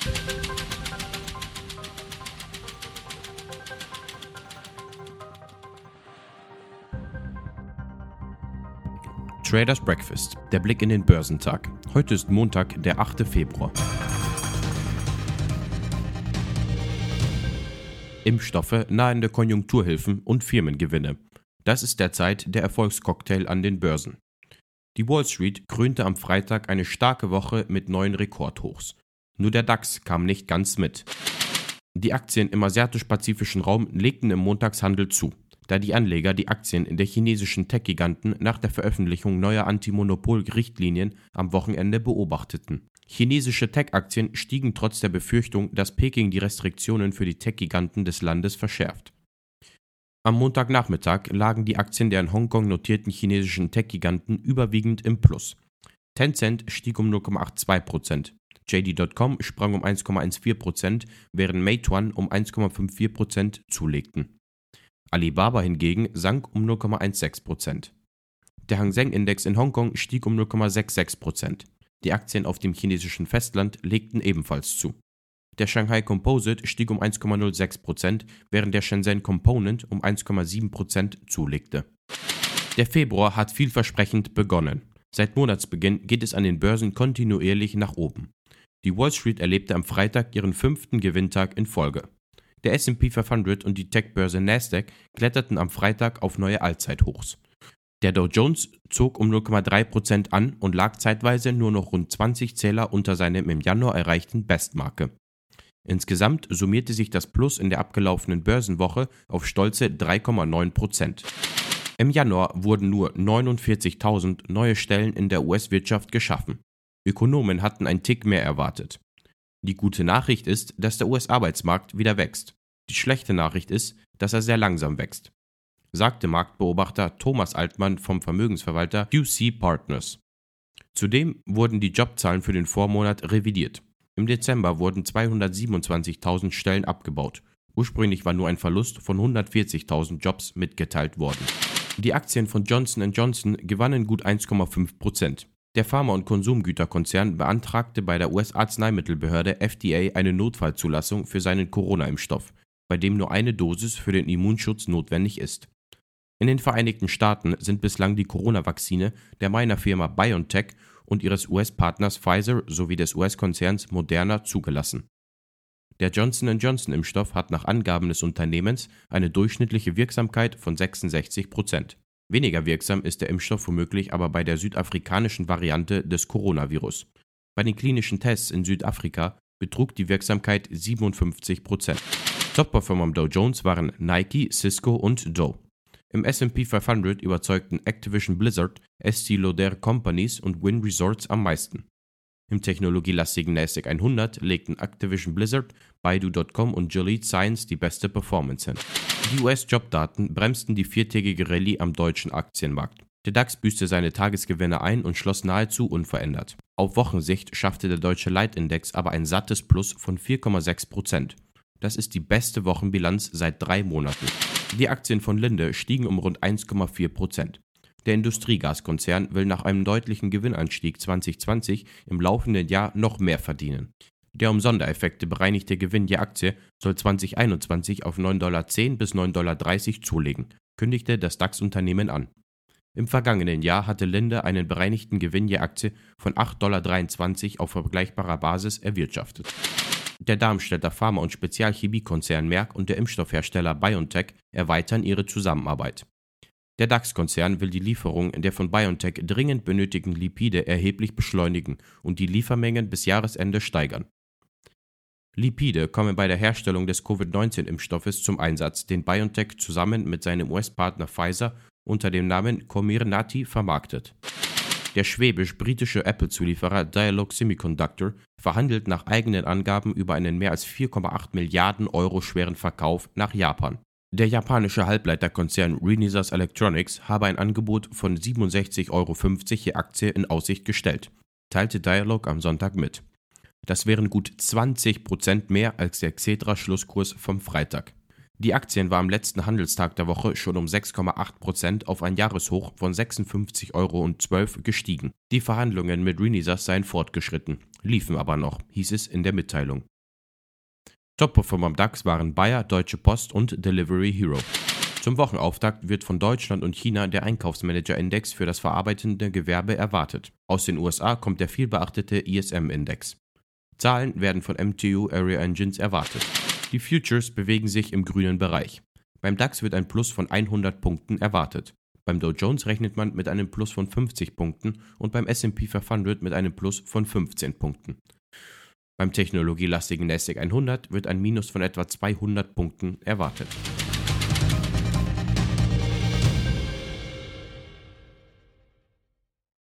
Traders Breakfast, der Blick in den Börsentag. Heute ist Montag, der 8. Februar. Impfstoffe, nahende Konjunkturhilfen und Firmengewinne. Das ist derzeit der Erfolgscocktail an den Börsen. Die Wall Street krönte am Freitag eine starke Woche mit neuen Rekordhochs. Nur der DAX kam nicht ganz mit. Die Aktien im asiatisch-pazifischen Raum legten im Montagshandel zu, da die Anleger die Aktien der chinesischen Tech-Giganten nach der Veröffentlichung neuer Antimonopol-Richtlinien am Wochenende beobachteten. Chinesische Tech-Aktien stiegen trotz der Befürchtung, dass Peking die Restriktionen für die Tech-Giganten des Landes verschärft. Am Montagnachmittag lagen die Aktien der in Hongkong notierten chinesischen Tech-Giganten überwiegend im Plus. Tencent stieg um 0,82%, JD.com sprang um 1,14%, während Meituan um 1,54% zulegten. Alibaba hingegen sank um 0,16%. Der Hang Seng Index in Hongkong stieg um 0,66%. Die Aktien auf dem chinesischen Festland legten ebenfalls zu. Der Shanghai Composite stieg um 1,06%, während der Shenzhen Component um 1,7% zulegte. Der Februar hat vielversprechend begonnen. Seit Monatsbeginn geht es an den Börsen kontinuierlich nach oben. Die Wall Street erlebte am Freitag ihren 5. Gewinntag in Folge. Der S&P 500 und die Tech-Börse Nasdaq kletterten am Freitag auf neue Allzeithochs. Der Dow Jones zog um 0,3% an und lag zeitweise nur noch rund 20 Zähler unter seinem im Januar erreichten Bestmarke. Insgesamt summierte sich das Plus in der abgelaufenen Börsenwoche auf stolze 3,9%. Im Januar wurden nur 49.000 neue Stellen in der US-Wirtschaft geschaffen. Ökonomen hatten einen Tick mehr erwartet. Die gute Nachricht ist, dass der US-Arbeitsmarkt wieder wächst. Die schlechte Nachricht ist, dass er sehr langsam wächst, sagte Marktbeobachter Thomas Altmann vom Vermögensverwalter QC Partners. Zudem wurden die Jobzahlen für den Vormonat revidiert. Im Dezember wurden 227.000 Stellen abgebaut. Ursprünglich war nur ein Verlust von 140.000 Jobs mitgeteilt worden. Die Aktien von Johnson & Johnson gewannen gut 1,5%. Der Pharma- und Konsumgüterkonzern beantragte bei der US-Arzneimittelbehörde FDA eine Notfallzulassung für seinen Corona-Impfstoff, bei dem nur eine Dosis für den Immunschutz notwendig ist. In den Vereinigten Staaten sind bislang die Corona-Vakzine der Firma BioNTech und ihres US-Partners Pfizer sowie des US-Konzerns Moderna zugelassen. Der Johnson & Johnson-Impfstoff hat nach Angaben des Unternehmens eine durchschnittliche Wirksamkeit von 66%. Weniger wirksam ist der Impfstoff womöglich aber bei der südafrikanischen Variante des Coronavirus. Bei den klinischen Tests in Südafrika betrug die Wirksamkeit 57%. Top-Performer am Dow Jones waren Nike, Cisco und Dow. Im S&P 500 überzeugten Activision Blizzard, Estée Lauder Companies und Wynn Resorts am meisten. Im technologielastigen Nasdaq 100 legten Activision Blizzard, Baidu.com und Gilead Science die beste Performance hin. Die US-Jobdaten bremsten die viertägige Rallye am deutschen Aktienmarkt. Der DAX büßte seine Tagesgewinne ein und schloss nahezu unverändert. Auf Wochensicht schaffte der deutsche Leitindex aber ein sattes Plus von 4,6%. Das ist die beste Wochenbilanz seit 3 Monaten. Die Aktien von Linde stiegen um rund 1,4%. Der Industriegaskonzern will nach einem deutlichen Gewinnanstieg 2020 im laufenden Jahr noch mehr verdienen. Der um Sondereffekte bereinigte Gewinn je Aktie soll 2021 auf $9,10 bis $9,30 zulegen, kündigte das DAX-Unternehmen an. Im vergangenen Jahr hatte Linde einen bereinigten Gewinn je Aktie von $8,23 auf vergleichbarer Basis erwirtschaftet. Der Darmstädter Pharma- und Spezialchemiekonzern Merck und der Impfstoffhersteller BioNTech erweitern ihre Zusammenarbeit. Der DAX-Konzern will die Lieferung der von BioNTech dringend benötigten Lipide erheblich beschleunigen und die Liefermengen bis Jahresende steigern. Lipide kommen bei der Herstellung des Covid-19-Impfstoffes zum Einsatz, den BioNTech zusammen mit seinem US-Partner Pfizer unter dem Namen Comirnaty vermarktet. Der schwäbisch-britische Apple-Zulieferer Dialog Semiconductor verhandelt nach eigenen Angaben über einen mehr als 4,8 Milliarden Euro schweren Verkauf nach Japan. Der japanische Halbleiterkonzern Renesas Electronics habe ein Angebot von 67,50 € je Aktie in Aussicht gestellt, teilte Dialog am Sonntag mit. Das wären gut 20% mehr als der Xetra-Schlusskurs vom Freitag. Die Aktien war am letzten Handelstag der Woche schon um 6,8% auf ein Jahreshoch von 56,12 € gestiegen. Die Verhandlungen mit Renesas seien fortgeschritten, liefen aber noch, hieß es in der Mitteilung. Top-Performer am DAX waren Bayer, Deutsche Post und Delivery Hero. Zum Wochenauftakt wird von Deutschland und China der Einkaufsmanager-Index für das verarbeitende Gewerbe erwartet. Aus den USA kommt der vielbeachtete ISM-Index. Zahlen werden von MTU Area Engines erwartet. Die Futures bewegen sich im grünen Bereich. Beim DAX wird ein Plus von 100 Punkten erwartet. Beim Dow Jones rechnet man mit einem Plus von 50 Punkten und beim S&P 500 mit einem Plus von 15 Punkten. Beim technologielastigen NASDAQ 100 wird ein Minus von etwa 200 Punkten erwartet.